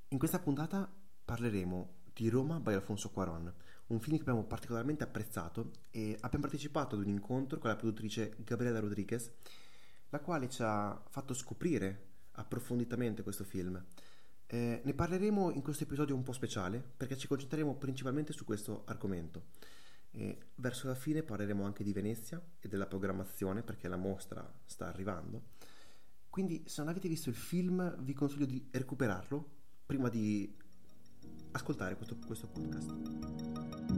In questa puntata parleremo di Roma by Alfonso Cuarón, un film che abbiamo particolarmente apprezzato e abbiamo partecipato ad un incontro con la produttrice Gabriela Rodriguez, la quale ci ha fatto scoprire approfonditamente questo film. Ne parleremo in questo episodio un po' speciale perché ci concentreremo principalmente su questo argomento. Verso la fine parleremo anche di Venezia e della programmazione perché la mostra sta arrivando. Quindi se non avete visto il film vi consiglio di recuperarlo prima di ascoltare questo podcast.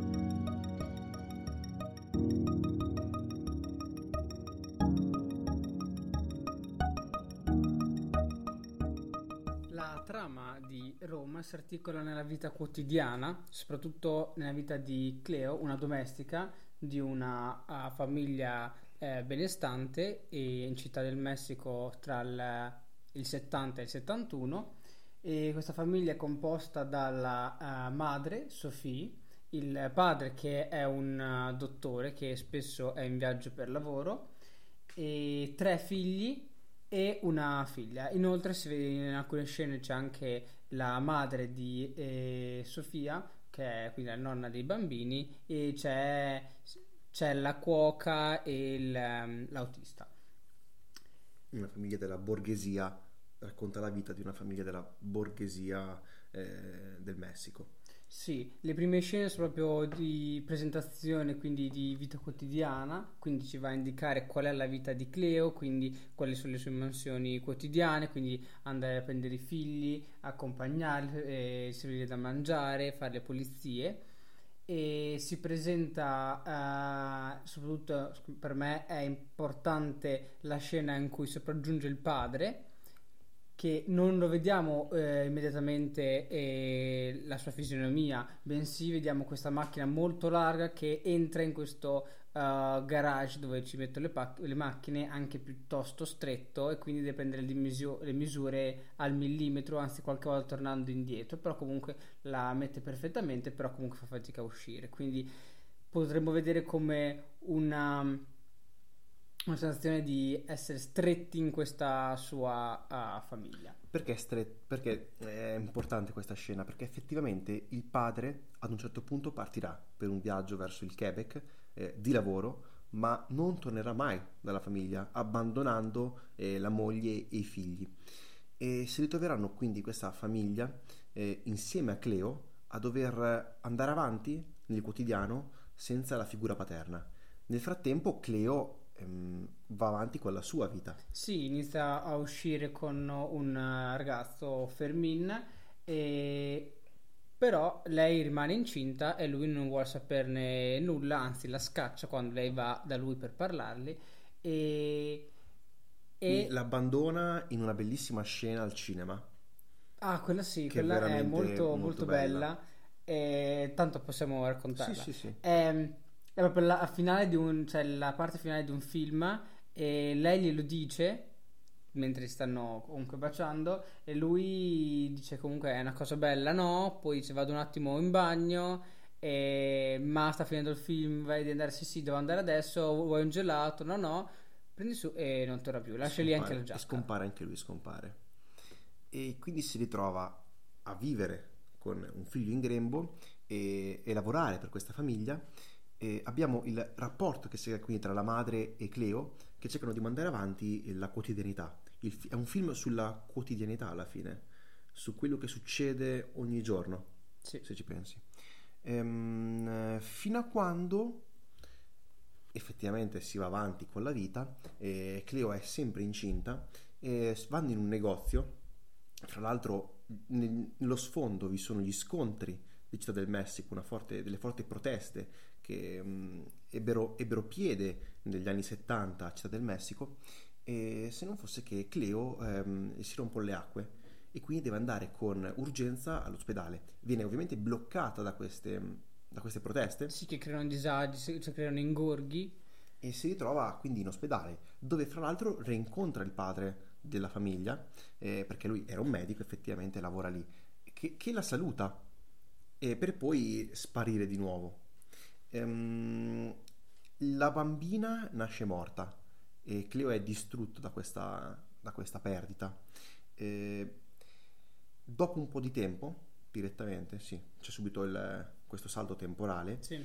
La trama di Roma si articola nella vita quotidiana, soprattutto nella vita di Cleo, una domestica di una famiglia benestante in Città del Messico tra il 70 e il 71. E questa famiglia è composta dalla madre, Sophie, il padre che è un dottore che spesso è in viaggio per lavoro, e tre figli e una figlia. Inoltre si vede in alcune scene c'è anche la madre di Sofia, che è quindi la nonna dei bambini, e c'è la cuoca e l'autista. Una famiglia della borghesia racconta la vita di una famiglia della borghesia del Messico. Sì, le prime scene sono proprio di presentazione, quindi di vita quotidiana, quindi ci va a indicare qual è la vita di Cleo, quindi quali sono le sue mansioni quotidiane, quindi andare a prendere i figli, accompagnarli, servire da mangiare, fare le pulizie. E si presenta, soprattutto per me è importante la scena in cui sopraggiunge il padre, che non lo vediamo immediatamente la sua fisionomia, bensì vediamo questa macchina molto larga che entra in questo garage dove ci metto le macchine, anche piuttosto stretto, e quindi deve prendere le misure al millimetro, anzi qualche volta tornando indietro, però comunque la mette perfettamente, però comunque fa fatica a uscire, quindi potremmo vedere come una sensazione di essere stretti in questa sua famiglia. Perché è importante questa scena? Perché effettivamente il padre ad un certo punto partirà per un viaggio verso il Quebec di lavoro, ma non tornerà mai dalla famiglia, abbandonando la moglie e i figli. E si ritroveranno quindi questa famiglia insieme a Cleo a dover andare avanti nel quotidiano senza la figura paterna. Nel frattempo Cleo va avanti con la sua vita. Sì, inizia a uscire con un ragazzo, Fermin, e però lei rimane incinta e lui non vuole saperne nulla, anzi la scaccia quando lei va da lui per parlarli e, E e l'abbandona in una bellissima scena al cinema, ah, quella sì, che è quella è veramente molto molto molto bella. bella, e tanto possiamo Sì, raccontarla. sì, sì. È proprio la finale cioè la parte finale di un film, e lei glielo dice mentre stanno comunque baciando, e lui dice comunque è una cosa bella, no? Poi dice vado un attimo in bagno, ma sta finendo il film, vai di andare, sì sì, devo andare adesso, vuoi un gelato? No, no, prendi su, e non torna più, lascia lì anche la E giacca. scompare anche lui, scompare. E quindi si ritrova a vivere con un figlio in grembo e lavorare per questa famiglia. E abbiamo il rapporto che si crea quindi tra la madre e Cleo che cercano di mandare avanti la quotidianità. È un film sulla quotidianità alla fine, su quello che succede ogni giorno, Sì. se ci pensi. Fino a quando effettivamente si va avanti con la vita, Cleo è sempre incinta e vanno in un negozio. Fra l'altro nello sfondo vi sono gli scontri di Città del Messico, delle forti proteste che ebbero piede negli anni 70 a Città del Messico, e se non fosse che Cleo si rompono le acque e quindi deve andare con urgenza all'ospedale. Viene ovviamente bloccata da queste proteste Sì, che creano disagi, cioè creano ingorghi. e si ritrova quindi in ospedale, dove fra l'altro rincontra il padre della famiglia, perché lui era un medico, effettivamente lavora lì, che la saluta per poi sparire di nuovo. Ehm, la bambina nasce morta e Cleo è distrutto da questa perdita. Eh, dopo un po' di tempo, direttamente, sì, c'è subito questo salto temporale, Sì.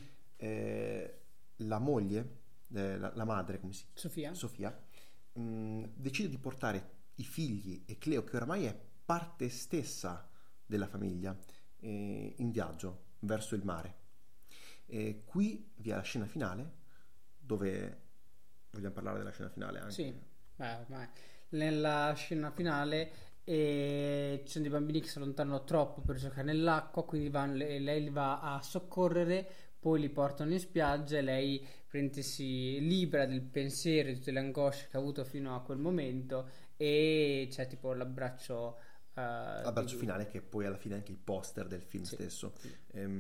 la moglie, la madre, come si Sofia? Sofia, decide di portare i figli e Cleo, che oramai è parte stessa della famiglia, in viaggio verso il mare. E qui vi è la scena finale, dove vogliamo parlare della scena finale anche. Sì, beh, ormai. Nella scena finale ci sono dei bambini che si allontanano troppo per giocare nell'acqua, quindi lei li va a soccorrere, poi li portano in spiaggia e lei si libera del pensiero, di tutte le angosce che ha avuto fino a quel momento e c'è tipo l'abbraccio L'abbraccio finale, che poi alla fine è anche il poster del film Sì, stesso. sì.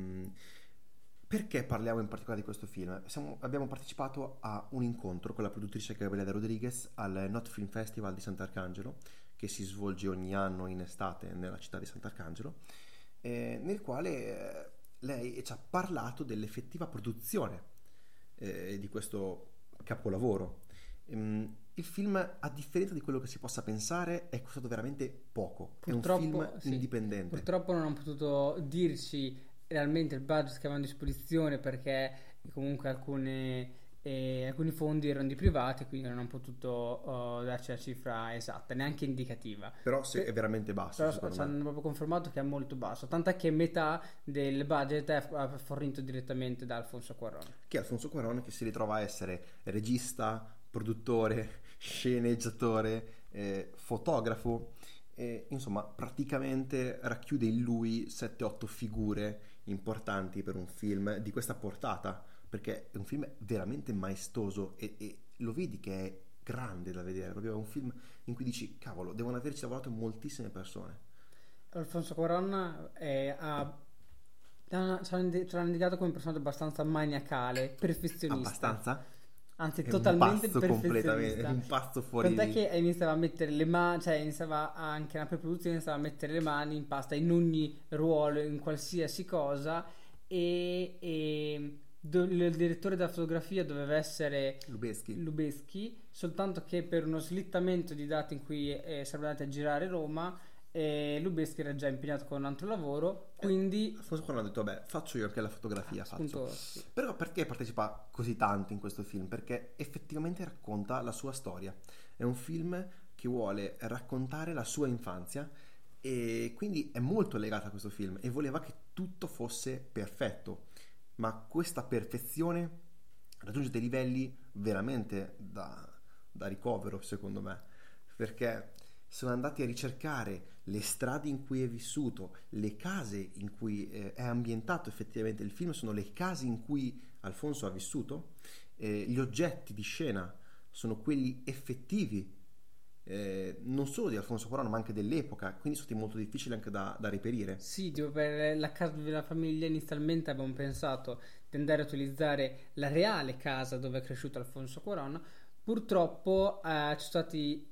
Perché parliamo in particolare di questo film? Abbiamo partecipato a un incontro con la produttrice Gabriela Rodriguez al Not Film Festival di Sant'Arcangelo, che si svolge ogni anno in estate nella città di Sant'Arcangelo, nel quale lei ci ha parlato dell'effettiva produzione di questo capolavoro. Il film, a differenza di quello che si possa pensare, è costato veramente poco. È un film Sì, indipendente. purtroppo non hanno potuto dirci realmente il budget che avevano a disposizione perché comunque alcuni fondi erano di privati, quindi non hanno potuto darci la cifra esatta, neanche indicativa. Però è veramente basso, Però secondo ci me. hanno proprio confermato che è molto basso, tant'è che metà del budget è fornito direttamente da Alfonso Cuarón. Che è Alfonso Cuarón, che si ritrova a essere regista, produttore, sceneggiatore, fotografo, insomma praticamente racchiude in lui 7-8 figure importanti per un film di questa portata, perché è un film veramente maestoso e lo vedi che è grande da vedere, proprio è un film in cui dici cavolo, devono averci lavorato moltissime persone. Alfonso Cuarón ci hanno indicato come un personaggio abbastanza maniacale, perfezionista. Abbastanza? Anzi, È totalmente un pazzo completamente, perfezionista. è un pazzo fuori Tant'è che iniziava a mettere le mani, cioè iniziava anche nella pre-produzione, iniziava a mettere le mani in pasta in ogni ruolo, in qualsiasi cosa. Il direttore della fotografia doveva essere Lubezki, soltanto che per uno slittamento di date in cui sarebbero andati a girare Roma, Lubezki era già impegnato con un altro lavoro, quindi Alfonso Cuarón ha detto vabbè, faccio io anche la fotografia, appunto, faccio. sì. Però perché partecipa così tanto in questo film? Perché effettivamente racconta la sua storia. È un film che vuole raccontare la sua infanzia e quindi è molto legato a questo film e voleva che tutto fosse perfetto. Ma questa perfezione raggiunge dei livelli veramente da ricovero, secondo me, perché sono andati a ricercare le strade in cui è vissuto, le case in cui è ambientato effettivamente il film, sono le case in cui Alfonso ha vissuto, gli oggetti di scena sono quelli effettivi, non solo di Alfonso Cuarón ma anche dell'epoca, quindi sono stati molto difficili anche da reperire. Sì, tipo per la casa della famiglia inizialmente abbiamo pensato di andare a utilizzare la reale casa dove è cresciuto Alfonso Cuarón. Purtroppo ci sono stati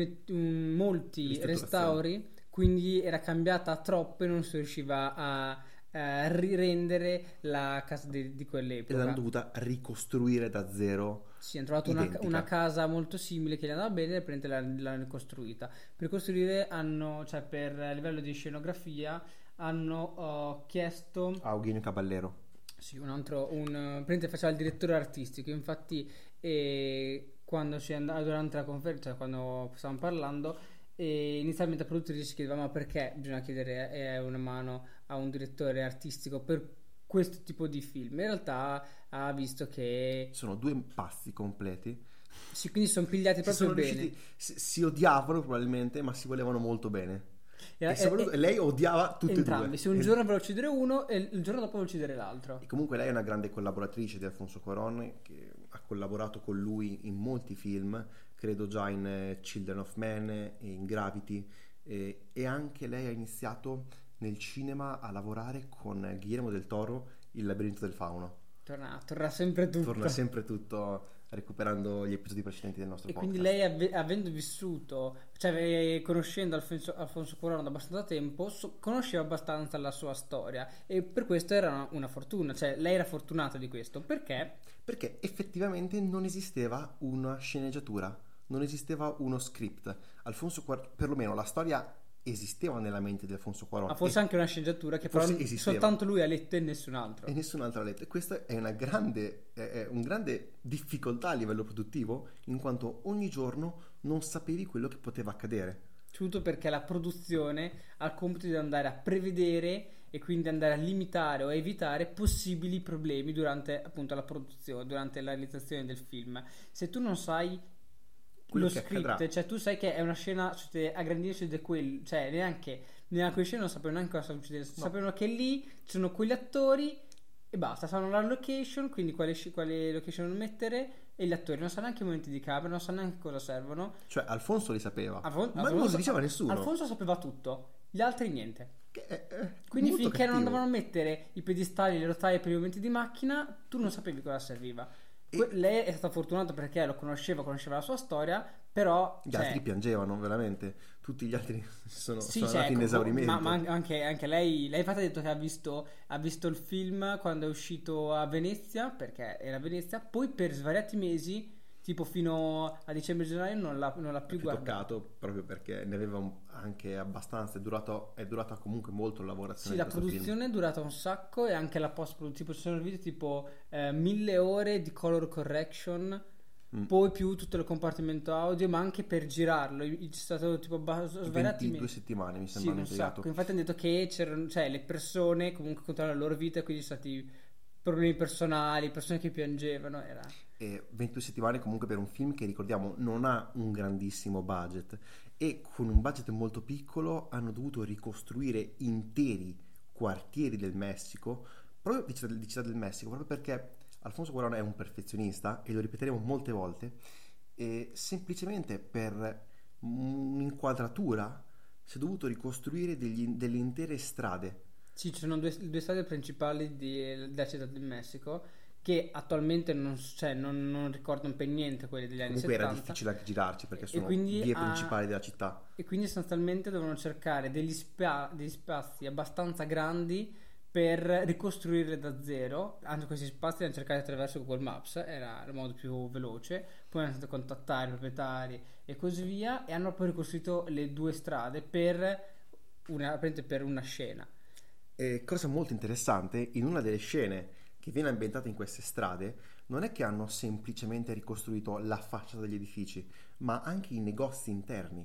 molti restauri, quindi era cambiata troppo e non si riusciva a rirendere la casa di quell'epoca. E l'hanno dovuta ricostruire da zero. Sì, hanno trovato una casa molto simile che gli andava bene e l'hanno ricostruita. Per costruire cioè per livello di scenografia hanno chiesto a Eugenio Caballero. Sì, praticamente faceva il direttore artistico, infatti quando ci andava durante la conferenza, cioè quando stavamo parlando, inizialmente la produttrice ci chiedeva ma perché bisogna chiedere una mano a un direttore artistico per questo tipo di film. In realtà ha visto che sono due pazzi completi. Sì, quindi sono pigliati proprio bene. Si odiavano probabilmente, ma si volevano molto bene. E lei odiava tutti entrambi. E due. Se un giorno voleva uccidere uno e il giorno dopo voleva uccidere l'altro. E comunque lei è una grande collaboratrice di Alfonso Cuarón, che ha collaborato con lui in molti film, credo già in Children of Men e in Gravity, e anche lei ha iniziato nel cinema a lavorare con Guillermo del Toro, Il labirinto del fauno. Torna sempre tutto. Torna sempre tutto, recuperando gli episodi precedenti del nostro podcast. Quindi lei, avendo vissuto, cioè conoscendo Alfonso Cuarón da abbastanza tempo, conosceva abbastanza la sua storia e per questo era una fortuna, cioè lei era fortunata di questo. Perché? Perché effettivamente non esisteva una sceneggiatura, non esisteva uno script. Alfonso Cuarón, perlomeno la storia esisteva nella mente di Alfonso Cuarón. Ma forse anche una sceneggiatura che però soltanto lui ha letto e nessun altro. E nessun altro ha letto. E questa è un grande difficoltà a livello produttivo, in quanto ogni giorno non sapevi quello che poteva accadere. Tutto perché la produzione ha il compito di andare a prevedere e quindi andare a limitare o a evitare possibili problemi durante appunto la produzione, durante la realizzazione del film. Se tu non sai Quello lo che script, accadrà. cioè tu sai che è una scena, cioè, a grandi linee succede quello, cioè neanche nella quella scena non sapevano neanche cosa stava succedendo, sapevano che lì ci sono quegli attori e basta, sanno la location, quindi quale location mettere, e gli attori non sanno neanche i momenti di camera, non sanno neanche cosa servono. Cioè Alfonso li sapeva, ma Alfonso, non lo diceva nessuno. Alfonso sapeva tutto, gli altri niente. Che è Quindi molto finché non cattivo. andavano a mettere i piedistalli e le rotaie per i movimenti di macchina, tu non sapevi cosa serviva. Lei è stata fortunata perché lo conosceva la sua storia, però Gli altri piangevano, veramente. Tutti gli altri sono andati in esaurimento. ma anche lei infatti ha detto che ha visto il film quando è uscito a Venezia, perché era a Venezia, poi per svariati mesi, tipo fino a dicembre-gennaio, non l'ha più guardato. Toccato proprio perché ne aveva anche abbastanza. È durata comunque molto la lavorazione Sì, la produzione è durata un sacco e anche la post-produzione. Tipo, ci sono video tipo 1000 ore di color correction, poi più tutto il compartimento audio, ma anche per girarlo. C'è stato tipo svariati 22 settimane mi sì, sembra un hanno impiegato. sacco. Infatti hanno detto che c'erano, cioè, le persone comunque controllano la loro vita e quindi sono stati problemi personali, persone che piangevano. E 22 settimane comunque per un film che, ricordiamo, non ha un grandissimo budget, e con un budget molto piccolo hanno dovuto ricostruire interi quartieri del Messico, proprio di Città del Messico, proprio perché Alfonso Cuarón è un perfezionista, e lo ripeteremo molte volte, e semplicemente per un'inquadratura si è dovuto ricostruire delle intere strade. Sì, ci sono due strade principali della Città del Messico che attualmente non ricordano per niente quelle degli anni Comunque 70. era difficile anche girarci perché sono quindi vie principali della città. E quindi sostanzialmente dovevano cercare degli spazi abbastanza grandi per ricostruirle da zero. Anche questi spazi li hanno cercati attraverso Google Maps, era il modo più veloce. Poi hanno iniziato a contattare i proprietari e così via, e hanno poi ricostruito le due strade per una scena. E cosa molto interessante, in una delle scene che viene ambientata in queste strade, non è che hanno semplicemente ricostruito la facciata degli edifici, ma anche i negozi interni.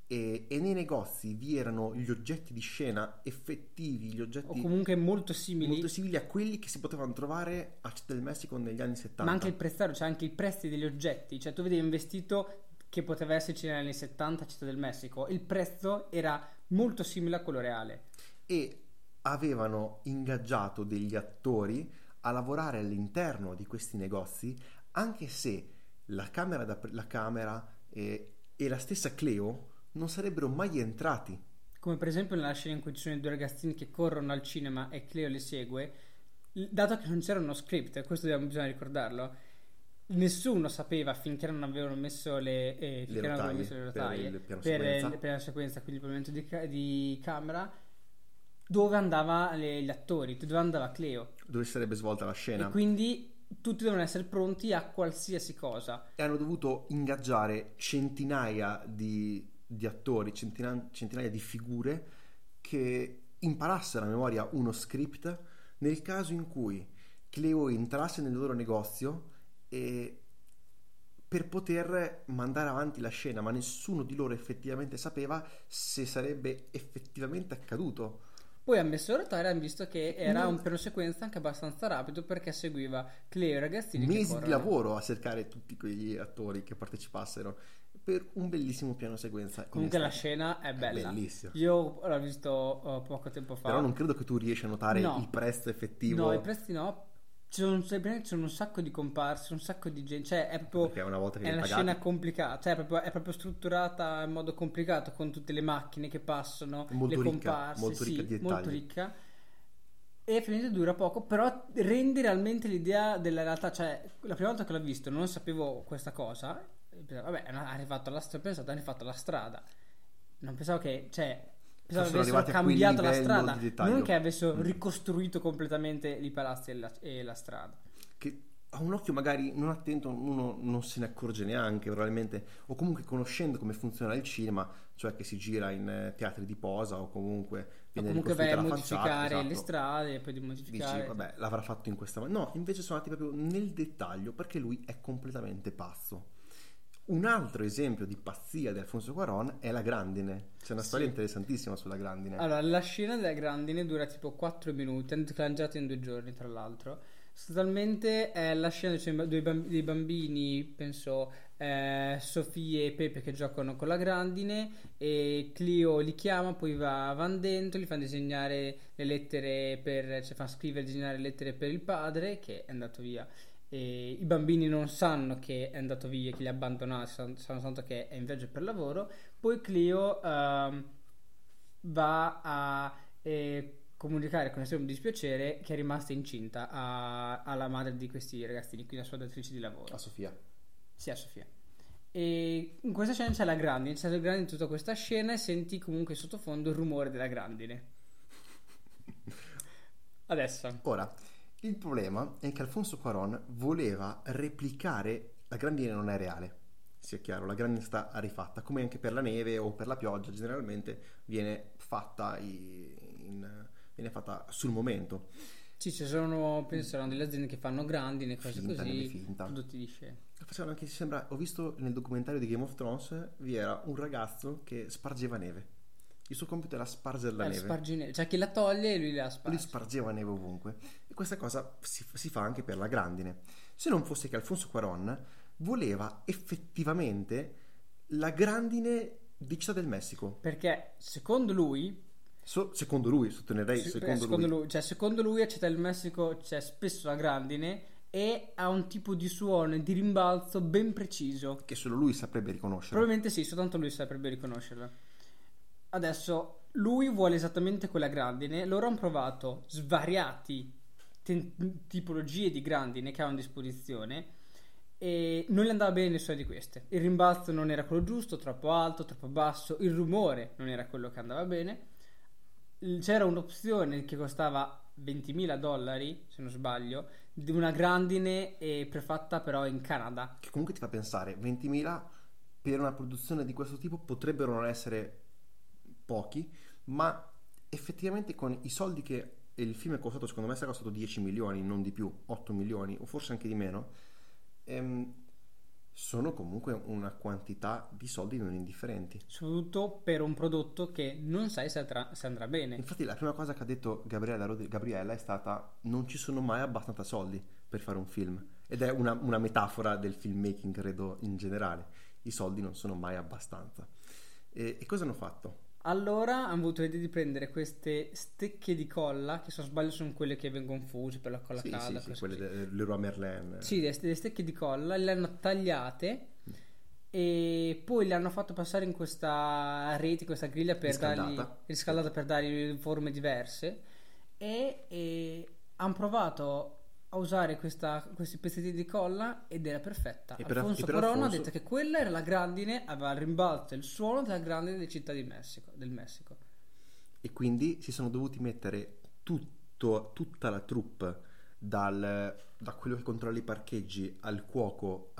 E nei negozi vi erano gli oggetti di scena effettivi, gli oggetti o comunque molto simili a quelli che si potevano trovare a Città del Messico negli anni 70. ma anche il prezzario, cioè anche i prezzi degli oggetti, cioè tu vedevi un vestito che poteva esserci negli anni 70 a Città del Messico, il prezzo era molto simile a quello reale. E avevano ingaggiato degli attori a lavorare all'interno di questi negozi, anche se la camera e la stessa Cleo non sarebbero mai entrati. Come per esempio nella scena in cui ci sono i due ragazzini che corrono al cinema e Cleo li segue, dato che non c'era uno script, questo bisogna ricordarlo, nessuno sapeva finché non avevano messo le rotaie per la sequenza, quindi il movimento di camera, dove andava gli attori, dove andava Cleo, dove sarebbe svolta la scena, e quindi tutti devono essere pronti a qualsiasi cosa, e hanno dovuto ingaggiare centinaia di attori, centinaia di figure che imparassero a memoria uno script nel caso in cui Cleo entrasse nel loro negozio, e per poter mandare avanti la scena, ma nessuno di loro effettivamente sapeva se sarebbe effettivamente accaduto. Poi ha messo a rotare e hanno visto che era un piano sequenza anche abbastanza rapido, perché seguiva Cleo e i ragazzini mesi di lavoro a cercare tutti quegli attori che partecipassero per un bellissimo piano sequenza. Comunque la scena è bella, bellissima. Io l'ho visto poco tempo fa, però non credo che tu riesci a notare il prezzo effettivo. No, i prezzi no. Ci sono un sacco di comparse, un sacco di gente, cioè è proprio, perché una volta che è una scena complicata, cioè è proprio strutturata in modo complicato, con tutte le macchine che passano, molto le ricca, comparse, molto ricca di dettagli. molto ricca, e effettivamente dura poco, però rende realmente l'idea della realtà. Cioè la prima volta che l'ho visto non sapevo questa cosa, vabbè, hanno fatto la strada, non pensavo che, cioè pensavo avessero cambiato la strada, non che avessero ricostruito completamente i palazzi e la strada. Che a un occhio magari non attento uno non se ne accorge neanche probabilmente, o comunque conoscendo come funziona il cinema, cioè che si gira in teatri di posa o comunque O viene comunque vai a ricostruita la facciata, modificare le esatto. strade e poi di Dici, modificare. vabbè, l'avrà fatto in questa maniera. No, invece sono andati proprio nel dettaglio perché lui è completamente pazzo. Un altro esempio di pazzia di Alfonso Cuarón è La Grandine. C'è una storia Sì. interessantissima sulla Grandine. Allora, la scena della grandine dura tipo 4 minuti, hanno declangiato in 2 giorni, tra l'altro. Sostanzialmente è la scena dei bambini, penso, Sofia e Pepe che giocano con la grandine e Clio li chiama, poi van dentro, gli fanno disegnare le lettere cioè fa scrivere e disegnare le lettere per il padre che è andato via. E i bambini non sanno che è andato via, che li ha abbandonati, sanno soltanto che è in viaggio per lavoro. Poi Clio va a comunicare con estremo dispiacere che è rimasta incinta alla madre di questi ragazzini, quindi la sua datrice di lavoro, A Sofia. sia Sofia. E in questa scena c'è la grandine in tutta questa scena e senti comunque in sottofondo il rumore della grandine. Adesso, Ora, il problema è che Alfonso Cuarón voleva replicare la grandine non è reale. Sia chiaro, la grandine sta rifatta, come anche per la neve o per la pioggia, generalmente viene fatta viene fatta sul momento. sì, ci sono, penso, saranno delle aziende che fanno grandine, cose Finta, neve così, finta. prodotti di scena. Facevano anche, sembra, ho visto nel documentario di Game of Thrones, vi era un ragazzo che spargeva neve. Il suo compito era spargere la neve. Spargine, cioè chi la toglie e lui la Lui sparge. spargeva neve ovunque. E questa cosa si fa anche per la grandine. Se non fosse che Alfonso Cuarón voleva effettivamente la grandine di Città del Messico. Perché secondo lui, Secondo lui, sottolineerei secondo lui. secondo lui a Città del Messico c'è spesso la grandine e ha un tipo di suono e di rimbalzo ben preciso. Che solo lui saprebbe riconoscere. Probabilmente sì, soltanto lui saprebbe riconoscerla. Adesso lui vuole esattamente quella grandine. Loro hanno provato svariati tipologie di grandine che avevano a disposizione e non gli andava bene nessuna di queste. Il rimbalzo non era quello giusto, troppo alto, troppo basso, il rumore non era quello che andava bene. C'era un'opzione che costava $20.000, se non sbaglio, di una grandine prefatta però in Canada. Che comunque ti fa pensare, 20.000 per una produzione di questo tipo potrebbero non essere pochi, ma effettivamente con i soldi che il film è costato, secondo me sarà costato 10 milioni, non di più, 8 milioni o forse anche di meno, sono comunque una quantità di soldi non indifferenti. Soprattutto per un prodotto che non sai se andrà bene. Infatti la prima cosa che ha detto Gabriella è stata non ci sono mai abbastanza soldi per fare un film, ed è una metafora del filmmaking credo in generale, i soldi non sono mai abbastanza. E cosa hanno fatto? Allora hanno avuto l'idea di prendere queste stecche di colla, che se non sbaglio sono quelle che vengono fuse per la colla Sì, calda. sì, cose quelle così. del Leroy Merlin. Sì, le stecche di colla, le hanno tagliate e poi le hanno fatto passare in questa rete, questa griglia per riscaldata per dargli forme diverse e hanno provato a usare questi pezzetti di colla ed era perfetta. Alfonso Cuarón ha detto che quella era la grandine, aveva il rimbalzo e il suono della grandine delle città del Messico. E quindi si sono dovuti mettere tutta la troupe da quello che controlla i parcheggi al cuoco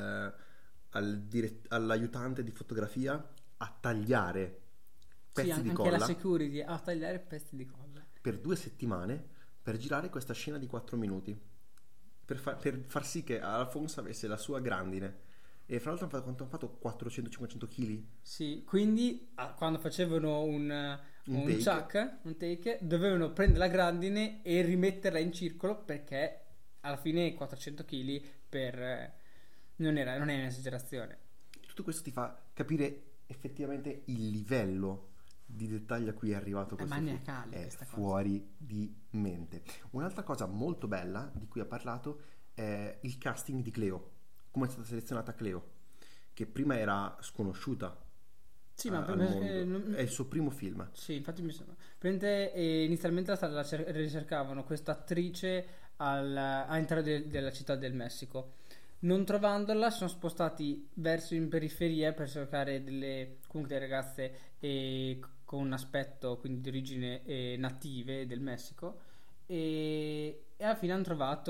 all'aiutante di fotografia a tagliare pezzi di anche colla la security a tagliare pezzi di colla per 2 settimane per girare questa scena di 4 minuti per far sì che Alfonso avesse la sua grandine. E fra l'altro hanno fatto 400-500 kg. sì, quindi quando facevano un take. take dovevano prendere la grandine e rimetterla in circolo perché alla fine 400 kg non è un'esagerazione. Tutto questo ti fa capire effettivamente il livello di dettaglio a cui è arrivato questo film. È fuori di mente. Un'altra cosa molto bella di cui ha parlato è il casting di Cleo. Come è stata selezionata Cleo, che prima era sconosciuta. Sì, ma è il suo primo film. Sì, infatti mi sembra. Inizialmente la ricercavano questa attrice all'interno della città del Messico. Non trovandola, sono spostati verso in periferia per cercare delle ragazze con un aspetto quindi di origine native del Messico e alla fine hanno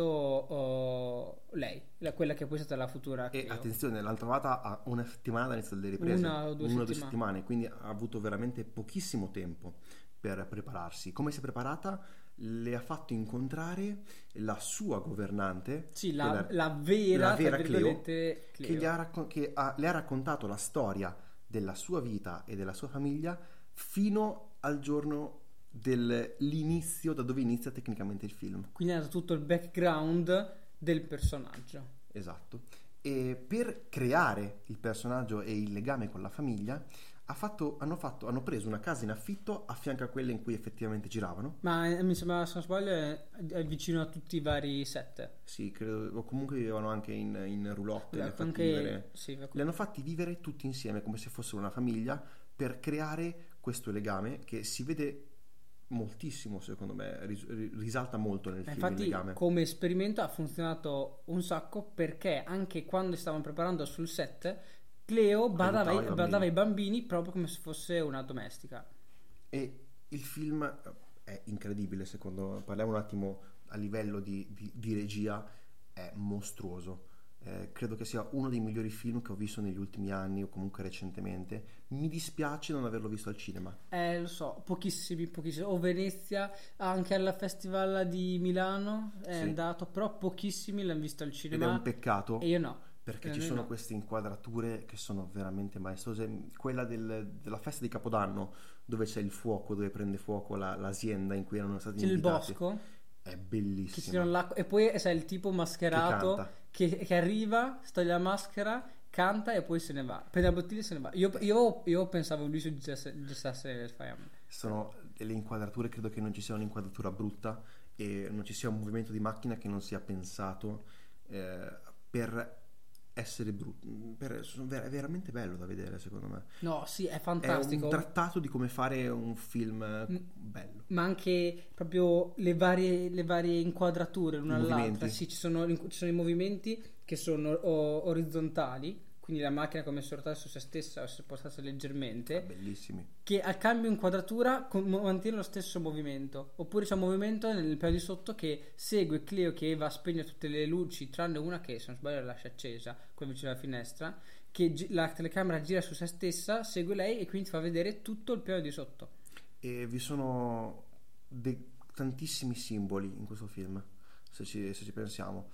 trovato lei, quella che poi è stata la futura E Cleo. attenzione, l'hanno trovata a una settimana dall'inizio delle riprese. Una o due settimane, quindi ha avuto veramente pochissimo tempo per prepararsi. Come si è preparata? Le ha fatto incontrare la sua governante, Sì, quella- la vera, la vera tra Cleo, virgolette, Cleo. le ha raccontato la storia della sua vita e della sua famiglia fino al giorno dell'inizio, da dove inizia tecnicamente il film. Quindi ha dato tutto il background del personaggio. Esatto. E per creare il personaggio e il legame con la famiglia hanno preso una casa in affitto a fianco a quelle in cui effettivamente giravano. Ma mi sembra, se non sbaglio, è vicino a tutti i vari set. Sì, credo, o comunque vivevano anche in roulotte, li hanno fatti Anche, vivere. sì, Li hanno fatti vivere tutti insieme come se fossero una famiglia per creare questo legame che si vede moltissimo, secondo me, risalta molto nel film il infatti legame. come esperimento ha funzionato un sacco, perché anche quando stavano preparando sul set Cleo badava ai bambini proprio come se fosse una domestica. E il film è incredibile, secondo me. Parliamo un attimo a livello di regia, è mostruoso. Credo che sia uno dei migliori film che ho visto negli ultimi anni o comunque recentemente. Mi dispiace non averlo visto al cinema. Lo so, pochissimi. O Venezia, anche al Festival di Milano è Sì. andato, però pochissimi l'hanno visto al Ed è cinema un peccato e io no. perché ci Io sono no. queste inquadrature che sono veramente maestose. Quella della festa di Capodanno, dove c'è il fuoco, dove prende fuoco l'azienda in cui erano stati C'è il invitati. bosco È che bellissimo. si tirano l'acqua e poi c'è il tipo mascherato canta. che arriva, toglie la maschera, canta e poi se ne va. Prende la bottiglia e se ne va. Io pensavo lui si gestasse nel fiamme. Sono delle inquadrature, credo che non ci sia un'inquadratura brutta e non ci sia un movimento di macchina che non sia pensato per essere brutto. È veramente bello da vedere, secondo me. No, sì, è È fantastico. un trattato di come fare un film bello. Ma anche proprio le varie inquadrature l'una I all'altra. movimenti. Sì, ci sono i movimenti che sono orizzontali, quindi la macchina come se rotasse su se stessa o se spostasse leggermente, Bellissimi. che al cambio inquadratura mantiene lo stesso movimento. Oppure c'è un movimento nel piano di sotto che segue Cleo che va a spegnere tutte le luci, tranne una che se non sbaglio la lascia accesa, quella vicino alla finestra, che la telecamera gira su se stessa, segue lei e quindi fa vedere tutto il piano di sotto. E vi sono tantissimi simboli in questo film, se ci pensiamo.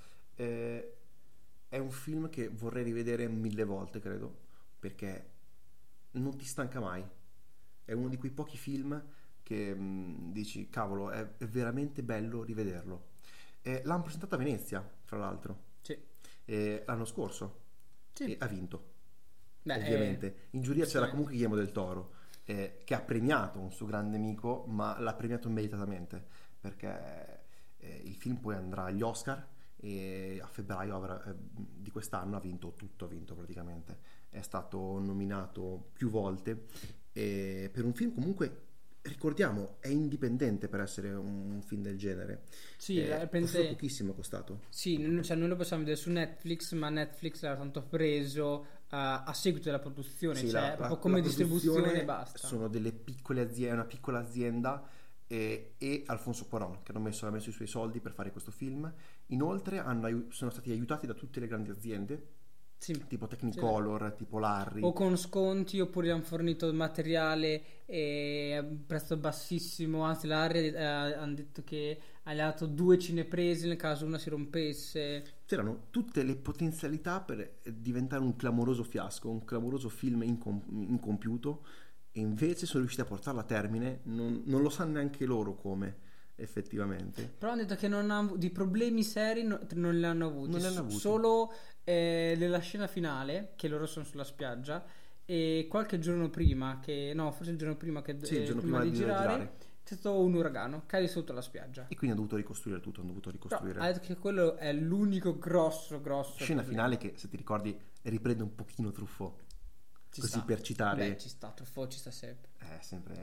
È un film che vorrei rivedere 1000 volte, credo, perché non ti stanca mai. È uno di quei pochi film che dici, cavolo, è veramente bello rivederlo. L'hanno presentato a Venezia, fra l'altro, Sì. l'anno scorso, Sì. e ha vinto. Beh, Ovviamente. In giuria c'era sì. comunque Guillermo del Toro, che ha premiato un suo grande amico, ma l'ha premiato meritatamente, perché il film poi andrà agli Oscar e a febbraio di quest'anno ha vinto praticamente. È stato nominato più volte per un film comunque, ricordiamo, è indipendente per essere un film del genere. Sì, Costato pochissimo, è costato. Sì, cioè noi lo possiamo vedere su Netflix, ma Netflix l'ha tanto preso a seguito della produzione, Sì, cioè proprio come distribuzione e basta. Sono delle piccole aziende, una piccola azienda e Alfonso Cuarón che ha messo i suoi soldi per fare questo film. Inoltre sono stati aiutati da tutte le grandi aziende, Sì, tipo Technicolor, tipo Larry. o con sconti, oppure hanno fornito materiale a un prezzo bassissimo, anzi l'Arri hanno detto che ha dato 2 cineprese nel caso una si rompesse. C'erano tutte le potenzialità per diventare un clamoroso fiasco, un clamoroso film incompiuto, e invece sono riusciti a portarlo a termine. Non lo sanno neanche loro come, effettivamente. Però hanno detto che di problemi seri non li hanno avuti. Non li hanno avuti. Solo nella scena finale, che loro sono sulla spiaggia, e qualche giorno prima, forse il giorno prima Sì, il giorno prima di girare. c'è stato un uragano, cade sotto la spiaggia. E quindi hanno dovuto ricostruire tutto, hanno dovuto ricostruire. Però ha detto che quello è l'unico grosso Scena problema. finale che, se ti ricordi, riprende un pochino Truffaut. Ci Così sta. per citare. Beh, ci sta, Truffaut ci sta sempre. È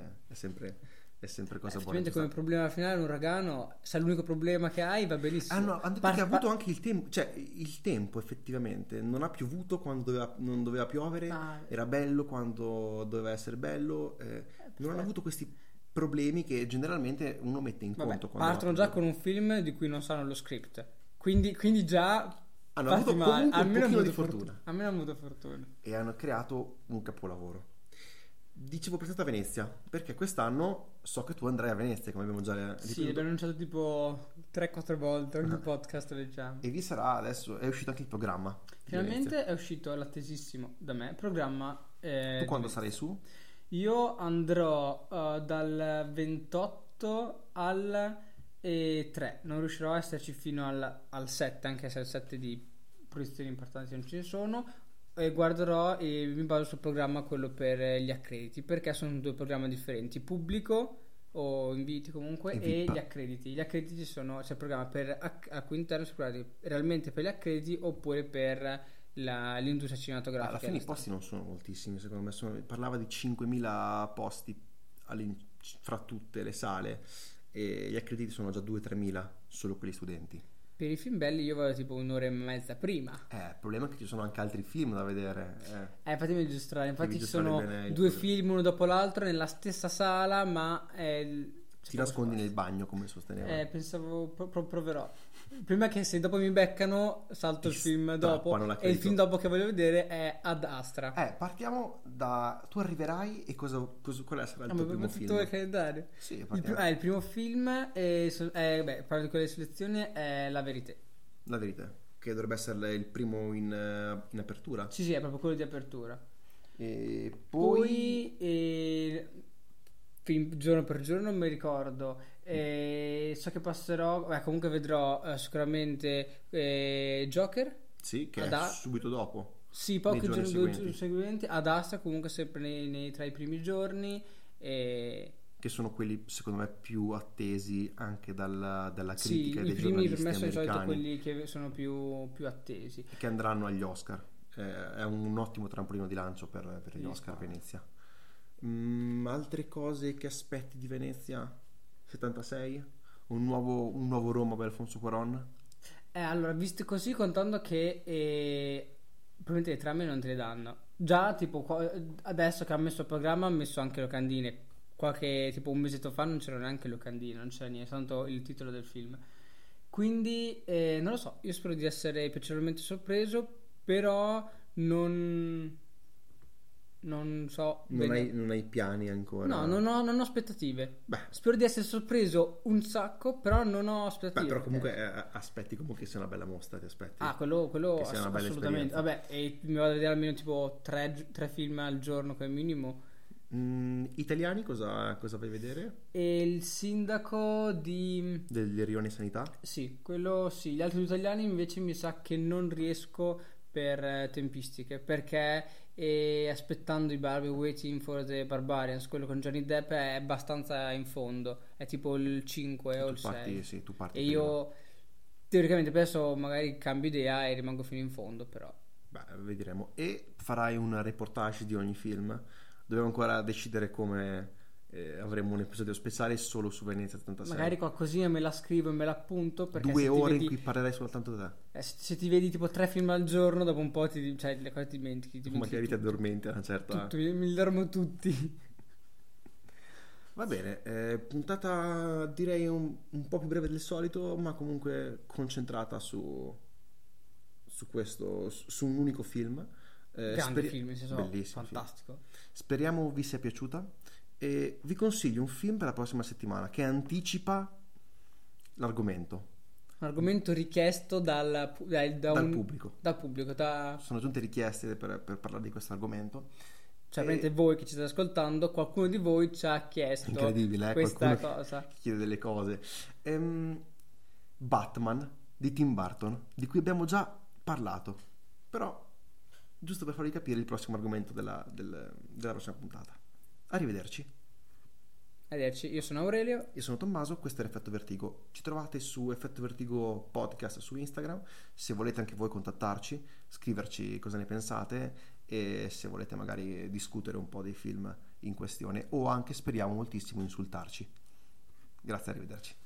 sempre cosa buona. Effettivamente ci sta. come problema finale un uragano, se è l'unico problema che hai va benissimo. Hanno detto che ha avuto anche il tempo, cioè il tempo effettivamente. Non ha piovuto quando non doveva piovere, Ah. era bello quando doveva essere bello. Non hanno avuto questi problemi che generalmente uno mette in Vabbè, conto quando partono già con un film di cui non sanno lo script. Quindi già hanno parti avuto male. comunque un Almeno pochino hanno di avuto fortuna almeno hanno avuto fortuna. e hanno creato un capolavoro. Dicevo prestata a Venezia perché quest'anno so che tu andrai a Venezia, come abbiamo già Sì, ripetuto, l'abbiamo annunciato tipo 3-4 volte ogni podcast leggiamo. e vi sarà adesso, è uscito anche il programma di Finalmente Venezia. è uscito l'attesissimo da me programma. Tu quando sarai su? Io andrò dal 28 al 3, non riuscirò a esserci fino al 7, anche se al 7 di proiezioni importanti non ce ne sono. E guarderò e mi baso sul programma quello per gli accrediti, perché sono due programmi differenti: pubblico o inviti comunque E e VIP. gli accrediti. Gli accrediti c'è il programma per al cui interno si parla realmente per gli accrediti oppure per l'industria cinematografica. Alla fine i restante. posti non sono moltissimi, secondo me. Parlava di 5.000 posti fra tutte le sale e gli accrediti sono già 2-3 mila, solo quelli studenti. Per i film belli io vado tipo un'ora e mezza prima. Il problema è che ci sono anche altri film da vedere. Infatti mi devo strano. Infatti Devi ci gestire sono bene il due tuo- film uno dopo l'altro nella stessa sala, ma Ti nascondi nel bagno, come sosteneva. Pensavo proverò. Prima che se dopo mi beccano salto il Ti film dopo strappano e il l'accredito. film dopo che voglio vedere è Ad Astra. Partiamo da... Tu arriverai e qual sarà il tuo Ma primo tutto film? il calendario. Sì, Il partiamo. il primo film parlo di quelle selezioni è La Verité. La verità, che dovrebbe essere il primo in apertura. Sì, è proprio quello di apertura. E Poi film giorno per giorno non mi ricordo. So che passerò. Comunque vedrò sicuramente Joker. Sì, che è Ad- subito dopo. Sì, Nei pochi giorni giorni seguenti. seguenti. Ad Astra comunque sempre tra i primi giorni. Che sono quelli secondo me più attesi anche dalla Sì, critica e i dei primi per giornalisti me sono di solito americani quelli che sono più attesi. che andranno agli Oscar. È un ottimo trampolino di lancio per gli Sì, Oscar a sparo. Venezia. Altre cose che aspetti di Venezia 76? Un nuovo Roma per Alfonso Cuarón? Allora, visto così, contando che probabilmente le trame non te le danno. Già, tipo, adesso che ha messo il programma, ha messo anche locandine. Tipo un mesetto fa non c'era neanche locandine, non c'era niente, tanto il titolo del film. Quindi, non lo so, io spero di essere piacevolmente sorpreso, però non so bene. Non hai piani ancora? No, non ho aspettative. Beh, Spero di essere sorpreso un sacco, però non ho aspettative. però comunque aspetti comunque che sia una bella mostra, ti aspetti? Quello Che sia una bella assolutamente. esperienza. Vabbè, e mi vado a vedere almeno tipo tre film al giorno come minimo. Italiani cosa vai a vedere? E il sindaco di... Del Rione Sanità? Sì, quello sì. Gli altri due italiani invece mi sa che non riesco per tempistiche, perché aspettando i Barbie Waiting for the Barbarians, quello con Johnny Depp è abbastanza in fondo, è tipo il 5 o il 6. Sì, tu parti E prima. io teoricamente adesso magari cambio idea e rimango fino in fondo, però. Beh, vedremo. E farai un reportage di ogni film? Dobbiamo ancora decidere come avremo un episodio speciale solo su Venezia 76. Magari qualcosina me la scrivo e me la appunto, perché 2 se ti ore vedi, in cui parlerai soltanto di te. se ti vedi tipo 3 film al giorno, dopo un po' le cose ti dimentichi. Magari ti addormenti a una certa... Tutto, mi dormo tutti. Va bene, puntata direi un po' più breve del solito, ma comunque concentrata su un unico film. Grande film, nel senso, bellissimo film. fantastico. Speriamo vi sia piaciuta e vi consiglio un film per la prossima settimana che anticipa l'argomento Un argomento richiesto dal pubblico. Dal pubblico, Sono giunte richieste per parlare di questo argomento. cioè, E- veramente voi che ci state ascoltando, qualcuno di voi ci ha chiesto Incredibile, questa qualcuno cosa. che chiede delle cose. Batman di Tim Burton, di cui abbiamo già parlato, però giusto per farvi capire il prossimo argomento della prossima puntata. Arrivederci. Arrivederci, io sono Aurelio. Io sono Tommaso, questo è l'Effetto Vertigo. Ci trovate su Effetto Vertigo Podcast su Instagram. Se volete anche voi contattarci, scriverci cosa ne pensate e se volete magari discutere un po' dei film in questione o anche, speriamo moltissimo, insultarci. Grazie, arrivederci.